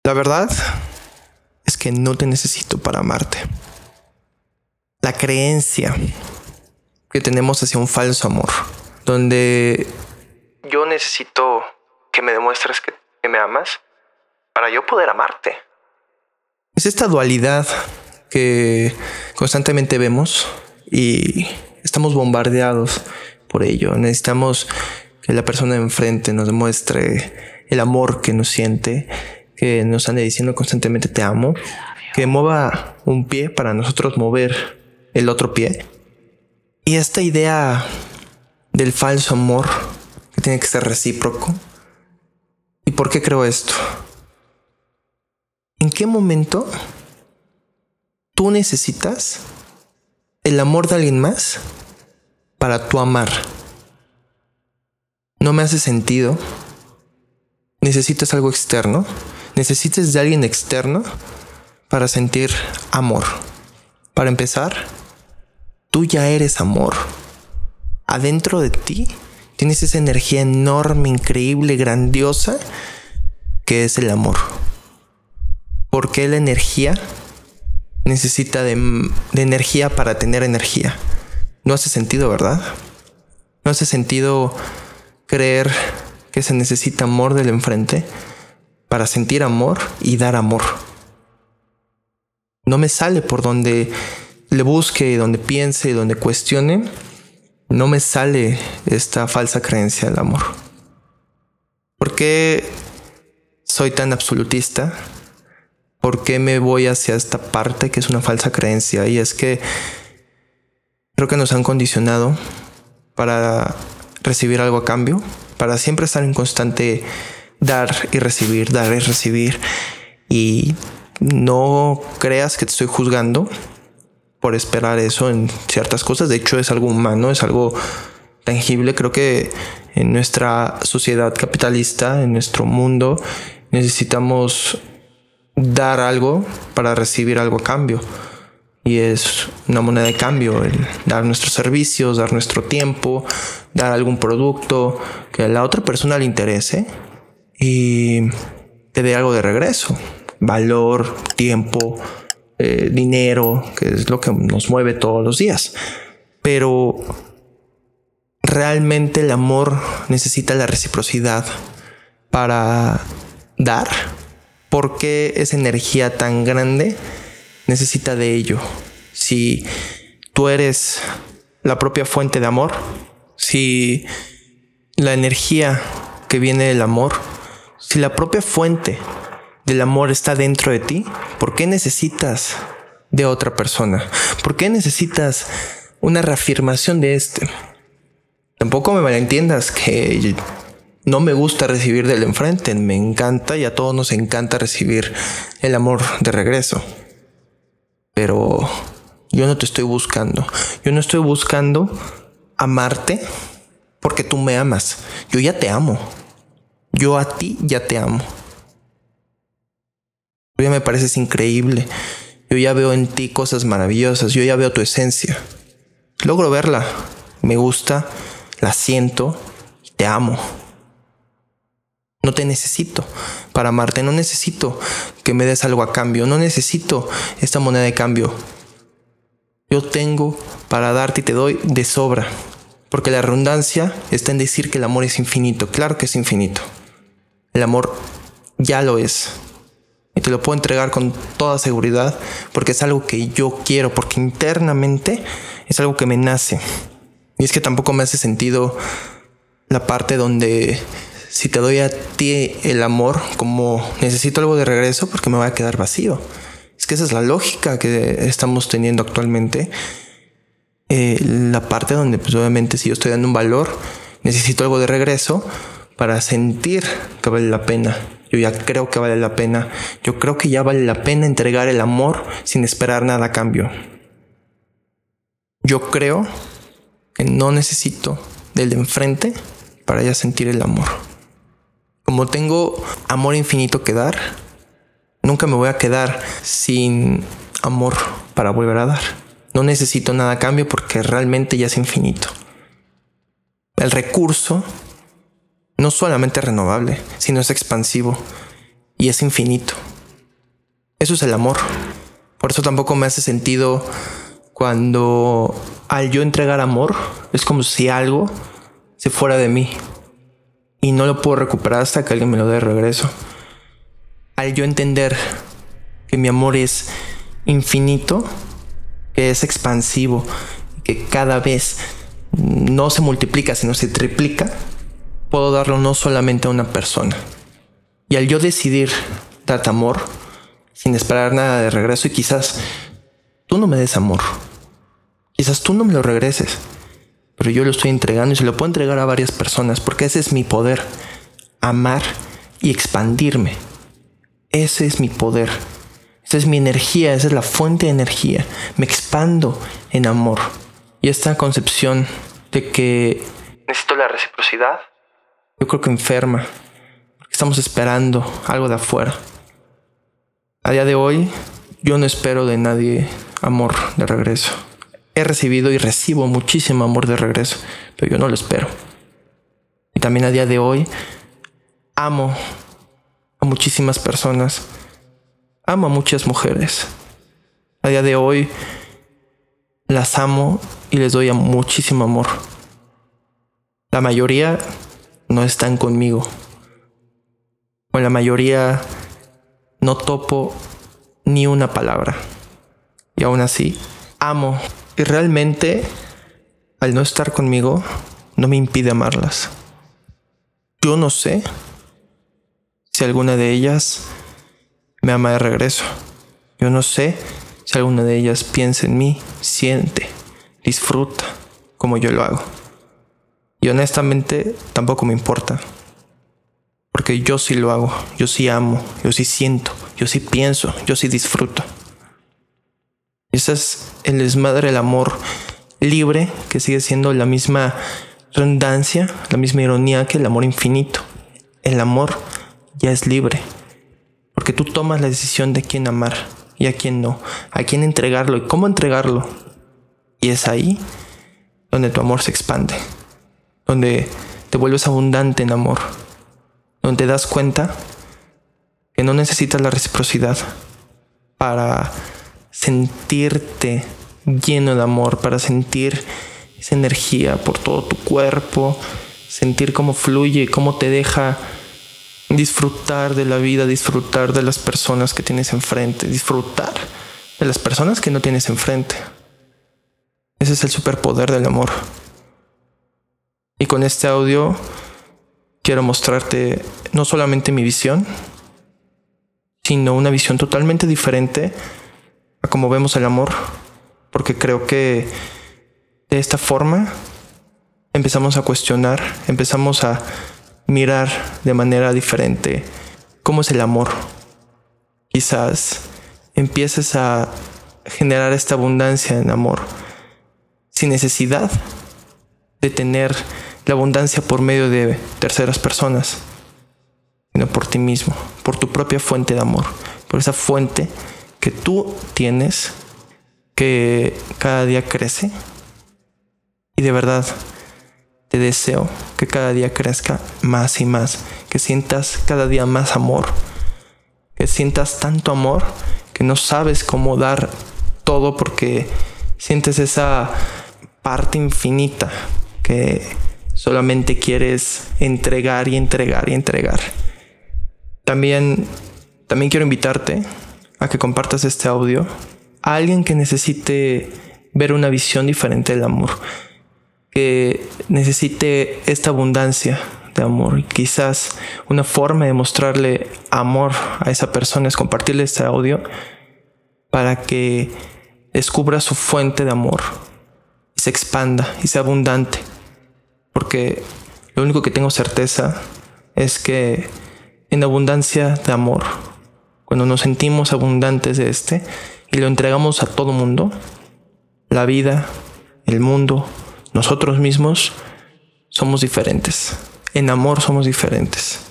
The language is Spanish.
La verdad es que no te necesito para amarte. La creencia que tenemos hacia un falso amor, donde yo necesito que me demuestres que me amas para yo poder amarte. Es esta dualidad que constantemente vemos y estamos bombardeados por ello. Necesitamos que la persona de enfrente nos demuestre el amor que nos siente, que nos ande diciendo constantemente te amo, que mueva un pie para nosotros mover el otro pie. Y esta idea del falso amor que tiene que ser recíproco. ¿Y por qué creo esto? ¿En qué momento tú necesitas el amor de alguien más para tú amar? No me hace sentido. Necesitas algo externo. Necesitas de alguien externo para sentir amor. Para empezar, tú ya eres amor. Adentro de ti tienes esa energía enorme, increíble, grandiosa que es el amor. ¿Por qué la energía necesita de energía para tener energía? No hace sentido, ¿verdad? No hace sentido creer que se necesita amor del enfrente para sentir amor y dar amor. No me sale por donde le busque, donde piense, donde cuestione. No me sale esta falsa creencia del amor. ¿Por qué soy tan absolutista? ¿Por qué me voy hacia esta parte que es una falsa creencia? Y es que creo que nos han condicionado para recibir algo a cambio, para siempre estar en constante dar y recibir, dar y recibir. Y no creas que te estoy juzgando por esperar eso en ciertas cosas. De hecho, es algo humano, es algo tangible. Creo que en nuestra sociedad capitalista, en nuestro mundo, necesitamos dar algo para recibir algo a cambio. Y es una moneda de cambio, el dar nuestros servicios, dar nuestro tiempo, dar algún producto que a la otra persona le interese y te dé algo de regreso. Valor, tiempo, dinero, que es lo que nos mueve todos los días. Pero realmente el amor necesita la reciprocidad para dar. ¿Por qué esa energía tan grande necesita de ello? Si tú eres la propia fuente de amor, si la energía que viene del amor, si la propia fuente del amor está dentro de ti, ¿por qué necesitas de otra persona? ¿Por qué necesitas una reafirmación de este? Tampoco me malentiendas que no me gusta recibir del enfrente, me encanta y a todos nos encanta recibir el amor de regreso. Pero yo no te estoy buscando. Yo no estoy buscando amarte porque tú me amas. Yo ya te amo. Yo a ti ya te amo. Tú ya me pareces increíble. Yo ya veo en ti cosas maravillosas. Yo ya veo tu esencia. Logro verla. Me gusta. La siento. Te amo. No te necesito para amarte. No necesito que me des algo a cambio. No necesito esta moneda de cambio. Yo tengo para darte y te doy de sobra. Porque la redundancia está en decir que el amor es infinito. Claro que es infinito. El amor ya lo es. Y te lo puedo entregar con toda seguridad porque es algo que yo quiero. Porque internamente es algo que me nace. Y es que tampoco me hace sentido la parte donde si te doy a ti el amor, como necesito algo de regreso porque me voy a quedar vacío. Es que esa es la lógica que estamos teniendo actualmente. La parte donde pues obviamente si yo estoy dando un valor, necesito algo de regreso para sentir que vale la pena. Yo ya creo que vale la pena. Yo creo que ya vale la pena entregar el amor sin esperar nada a cambio. Yo creo que no necesito del de enfrente para ya sentir el amor. Como tengo amor infinito que dar, nunca me voy a quedar sin amor para volver a dar. No necesito nada a cambio porque realmente ya es infinito. El recurso no solamente es renovable, sino es expansivo y es infinito. Eso es el amor. Por eso tampoco me hace sentido cuando al yo entregar amor es como si algo se fuera de mí y no lo puedo recuperar hasta que alguien me lo dé de regreso. Al yo entender que mi amor es infinito, que es expansivo, que cada vez no se multiplica sino se triplica, puedo darlo no solamente a una persona. Y al yo decidir darte amor sin esperar nada de regreso, y quizás tú no me des amor, quizás tú no me lo regreses, pero yo lo estoy entregando y se lo puedo entregar a varias personas, porque ese es mi poder, amar y expandirme. Ese es mi poder, esa es mi energía, esa es la fuente de energía. Me expando en amor. Y esta concepción de que necesito la reciprocidad, yo creo que enferma, porque estamos esperando algo de afuera. A día de hoy, yo no espero de nadie amor de regreso. He recibido y recibo muchísimo amor de regreso, pero yo no lo espero. Y también a día de hoy, amo a muchísimas personas. Amo a muchas mujeres. A día de hoy, las amo y les doy muchísimo amor. La mayoría no están conmigo. O la mayoría no topo ni una palabra. Y aún así, amo. Y realmente, al no estar conmigo, no me impide amarlas. Yo no sé si alguna de ellas me ama de regreso. Yo no sé si alguna de ellas piensa en mí, siente, disfruta como yo lo hago. Y honestamente tampoco me importa. Porque yo sí lo hago, yo sí amo, yo sí siento, yo sí pienso, yo sí disfruto. Y ese es el desmadre del amor libre, que sigue siendo la misma redundancia, la misma ironía que el amor infinito. El amor ya es libre, porque tú tomas la decisión de quién amar y a quién no, a quién entregarlo y cómo entregarlo. Y es ahí donde tu amor se expande, donde te vuelves abundante en amor, donde te das cuenta que no necesitas la reciprocidad para sentirte lleno de amor, para sentir esa energía por todo tu cuerpo, sentir cómo fluye, cómo te deja disfrutar de la vida, disfrutar de las personas que tienes enfrente, disfrutar de las personas que no tienes enfrente. Ese es el superpoder del amor. Y con este audio quiero mostrarte no solamente mi visión, sino una visión totalmente diferente a cómo vemos el amor, porque creo que de esta forma empezamos a cuestionar, empezamos a mirar de manera diferente cómo es el amor. Quizás empieces a generar esta abundancia en amor sin necesidad de tener la abundancia por medio de terceras personas, sino por ti mismo, por tu propia fuente de amor, por esa fuente que tú tienes, que cada día crece. Y de verdad te deseo que cada día crezca más y más, que sientas cada día más amor, que sientas tanto amor que no sabes cómo dar todo, porque sientes esa parte infinita que solamente quieres entregar y entregar y entregar. También quiero invitarte a que compartas este audio a alguien que necesite ver una visión diferente del amor, que necesite esta abundancia de amor. Y quizás una forma de mostrarle amor a esa persona es compartirle este audio para que descubra su fuente de amor y se expanda y sea abundante. Porque lo único que tengo certeza es que en abundancia de amor, cuando nos sentimos abundantes de este y lo entregamos a todo mundo, la vida, el mundo, nosotros mismos somos diferentes. En amor somos diferentes.